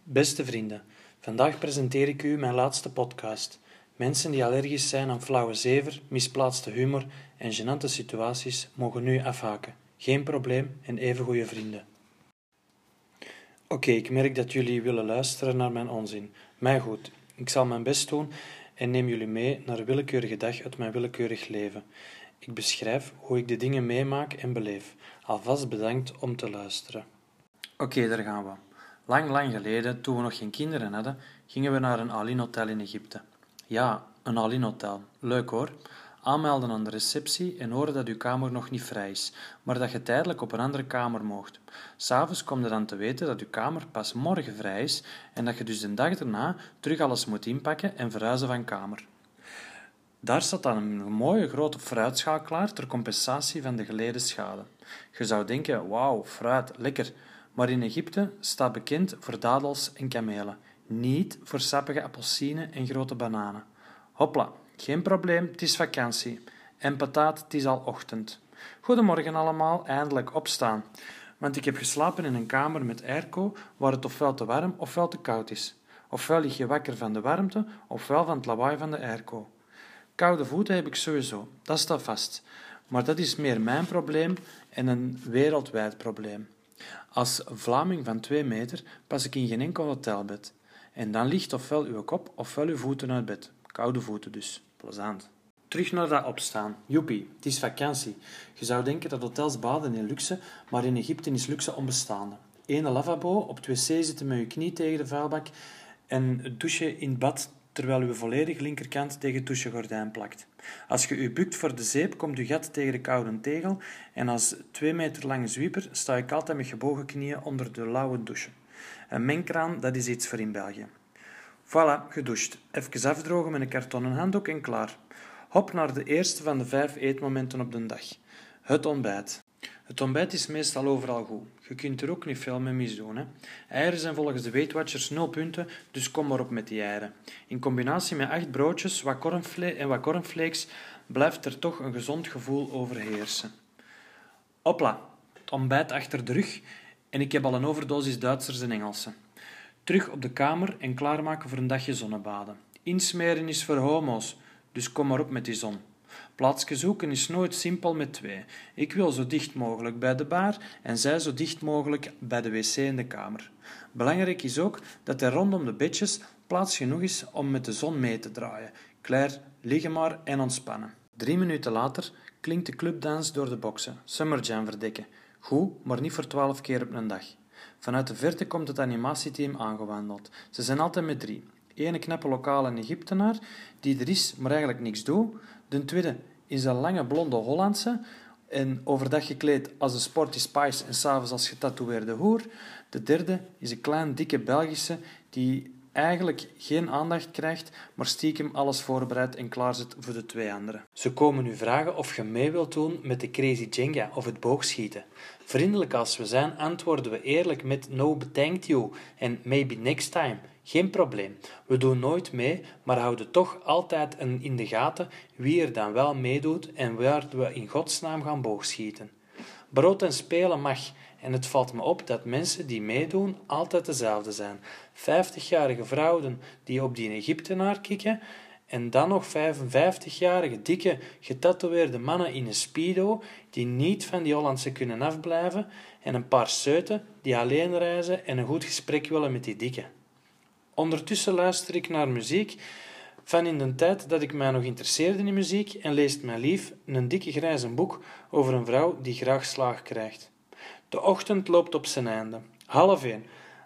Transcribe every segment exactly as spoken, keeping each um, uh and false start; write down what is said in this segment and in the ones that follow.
Beste vrienden, vandaag presenteer ik u mijn laatste podcast. Mensen die allergisch zijn aan flauwe zever, misplaatste humor en gênante situaties mogen nu afhaken. Geen probleem en even goede vrienden. Oké, okay, ik merk dat jullie willen luisteren naar mijn onzin. Maar goed, ik zal mijn best doen en neem jullie mee naar een willekeurige dag uit mijn willekeurig leven. Ik beschrijf hoe ik de dingen meemaak en beleef. Alvast bedankt om te luisteren. Oké, okay, daar gaan we. Lang, lang geleden, toen we nog geen kinderen hadden, gingen we naar een all-in hotel in Egypte. Ja, een all-in hotel. Leuk hoor. Aanmelden aan de receptie en horen dat uw kamer nog niet vrij is, maar dat je tijdelijk op een andere kamer moogt. S'avonds kom je dan te weten dat uw kamer pas morgen vrij is en dat je dus de dag erna terug alles moet inpakken en verhuizen van kamer. Daar staat dan een mooie grote fruitschaal klaar ter compensatie van de geleden schade. Je zou denken, wauw, fruit, lekker. Maar in Egypte staat bekend voor dadels en kamelen, niet voor sappige appelsinen en grote bananen. Hopla, geen probleem, het is vakantie. En pataat, het is al ochtend. Goedemorgen allemaal, eindelijk opstaan. Want ik heb geslapen in een kamer met airco waar het ofwel te warm ofwel te koud is. Ofwel lig je wakker van de warmte, ofwel van het lawaai van de airco. Koude voeten heb ik sowieso, dat staat vast. Maar dat is meer mijn probleem en een wereldwijd probleem. Als Vlaming van twee meter pas ik in geen enkel hotelbed. En dan ligt ofwel uw kop ofwel uw voeten uit bed. Koude voeten dus. Plezant. Terug naar dat opstaan. Joepie, het is vakantie. Je zou denken dat hotels baden in luxe, maar in Egypte is luxe onbestaande. Eén lavabo, op het wc zitten met je knie tegen de vuilbak en het douchen in het bad terwijl uw volledige linkerkant tegen het douchegordijn plakt. Als je u bukt voor de zeep, komt uw gat tegen de koude tegel en als twee meter lange zwieper sta ik altijd met gebogen knieën onder de lauwe douche. Een mengkraan, dat is iets voor in België. Voilà, gedoucht. Even afdrogen met een kartonnen handdoek en klaar. Hop naar de eerste van de vijf eetmomenten op de dag. Het ontbijt. Het ontbijt is meestal overal goed. Je kunt er ook niet veel mee misdoen. Hè? Eieren zijn volgens de Weight Watchers nul punten, dus kom maar op met die eieren. In combinatie met acht broodjes wat cornfle- en wat cornflakes blijft er toch een gezond gevoel overheersen. Hopla, het ontbijt achter de rug en ik heb al een overdosis Duitsers en Engelsen. Terug op de kamer en klaarmaken voor een dagje zonnebaden. Insmeren is voor homo's, dus kom maar op met die zon. Plaatsje zoeken is nooit simpel met twee. Ik wil zo dicht mogelijk bij de bar en zij zo dicht mogelijk bij de wc in de kamer. Belangrijk is ook dat er rondom de bedjes plaats genoeg is om met de zon mee te draaien. Klaar, liggen maar en ontspannen. Drie minuten later klinkt de clubdans door de boksen. Summer Jam verdekken. Goed, maar niet voor twaalf keer op een dag. Vanuit de verte komt het animatieteam aangewandeld. Ze zijn altijd met drie. Ene knappe lokale Egyptenaar, die er is, maar eigenlijk niks doet. De tweede is een lange blonde Hollandse en overdag gekleed als de Sporty Spice en s'avonds als getatoeëerde hoer. De derde is een klein dikke Belgische die eigenlijk geen aandacht krijgt, maar stiekem alles voorbereidt en klaarzet voor de twee anderen. Ze komen u vragen of je mee wilt doen met de Crazy Jenga of het boogschieten. Vriendelijk als we zijn, antwoorden we eerlijk met no thank you en maybe next time. Geen probleem. We doen nooit mee, maar houden toch altijd een in de gaten wie er dan wel meedoet en waar we in godsnaam gaan boogschieten. Brood en spelen mag, en het valt me op dat mensen die meedoen altijd dezelfde zijn. vijftigjarige vrouwen die op die Egyptenaar kikken en dan nog vijfenvijftigjarige dikke getatoeëerde mannen in een speedo die niet van die Hollandse kunnen afblijven en een paar seuten die alleen reizen en een goed gesprek willen met die dikke. Ondertussen luister ik naar muziek van in de tijd dat ik mij nog interesseerde in muziek en leest mijn lief een dikke grijze boek over een vrouw die graag slaag krijgt. De ochtend loopt op zijn einde. Half één.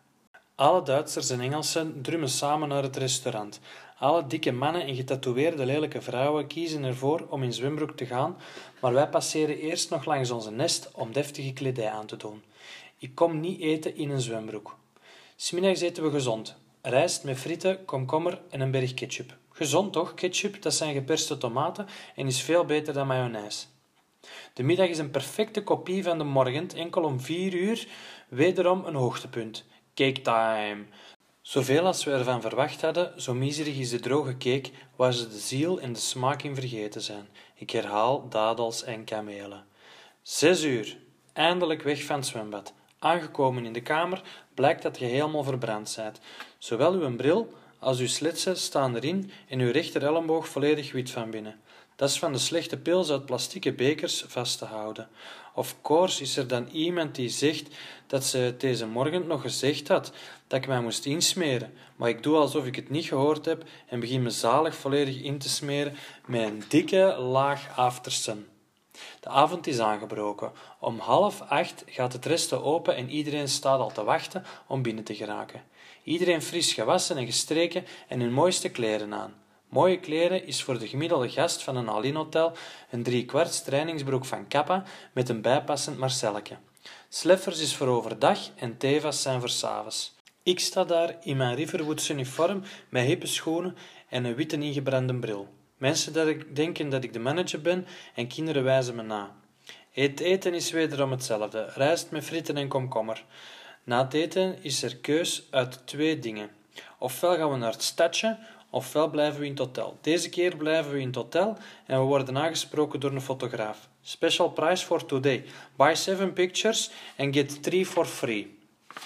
Alle Duitsers en Engelsen drummen samen naar het restaurant. Alle dikke mannen en getatoeëerde lelijke vrouwen kiezen ervoor om in zwembroek te gaan, maar wij passeren eerst nog langs onze nest om deftige kledij aan te doen. Ik kom niet eten in een zwembroek. 's Middags eten we gezond. Rijst met frieten, komkommer en een berg ketchup. Gezond toch? Ketchup, dat zijn geperste tomaten en is veel beter dan mayonaise. De middag is een perfecte kopie van de morgen, enkel om vier uur, wederom een hoogtepunt. Cake time. Zoveel als we ervan verwacht hadden, zo miserig is de droge cake waar ze de ziel en de smaak in vergeten zijn. Ik herhaal dadels en kamelen. Zes uur. Eindelijk weg van het zwembad. Aangekomen in de kamer blijkt dat je helemaal verbrand bent. Zowel uw bril als uw slitsen staan erin en uw rechterelleboog volledig wit van binnen. Dat is van de slechte pils uit plastieke bekers vast te houden. Of course is er dan iemand die zegt dat ze het deze morgen nog gezegd had dat ik mij moest insmeren, maar ik doe alsof ik het niet gehoord heb en begin me zalig volledig in te smeren met een dikke laag aftersun. De avond is aangebroken. Om half acht gaat het resten open en iedereen staat al te wachten om binnen te geraken. Iedereen fris gewassen en gestreken en hun mooiste kleren aan. Mooie kleren is voor de gemiddelde gast van een all-in hotel een driekwarts trainingsbroek van Kappa met een bijpassend Marcelletje. Sleffers is voor overdag en Tevas zijn voor 's avonds. Ik sta daar in mijn Riverwoods uniform met hippe schoenen en een witte ingebrande bril. Mensen denken dat ik de manager ben en kinderen wijzen me na. Het eten is wederom hetzelfde, rijst met frieten en komkommer. Na het eten is er keus uit twee dingen. Ofwel gaan we naar het stadje, ofwel blijven we in het hotel. Deze keer blijven we in het hotel en we worden aangesproken door een fotograaf. Special price for today. Buy seven pictures and get three for free.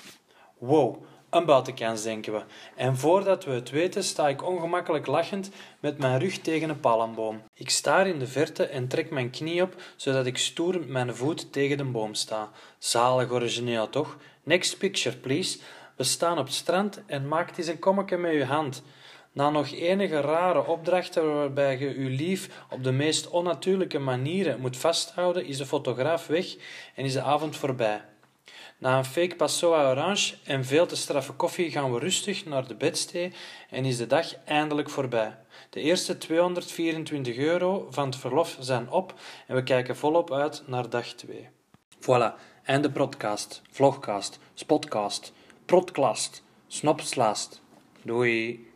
Wow, een buitenkans denken we. En voordat we het weten sta ik ongemakkelijk lachend met mijn rug tegen een palmboom. Ik staar in de verte en trek mijn knie op, zodat ik stoer met mijn voet tegen de boom sta. Zalig origineel toch? Next picture, please. We staan op het strand en maak eens een kommetje met uw hand. Na nog enige rare opdrachten waarbij je uw lief op de meest onnatuurlijke manieren moet vasthouden, is de fotograaf weg en is de avond voorbij. Na een fake Passoa Orange en veel te straffe koffie gaan we rustig naar de bedstee en is de dag eindelijk voorbij. De eerste tweehonderdvierentwintig euro van het verlof zijn op en we kijken volop uit naar dag twee. Voilà, einde podcast, vlogcast, spotcast, podcast, snopslaast. Doei.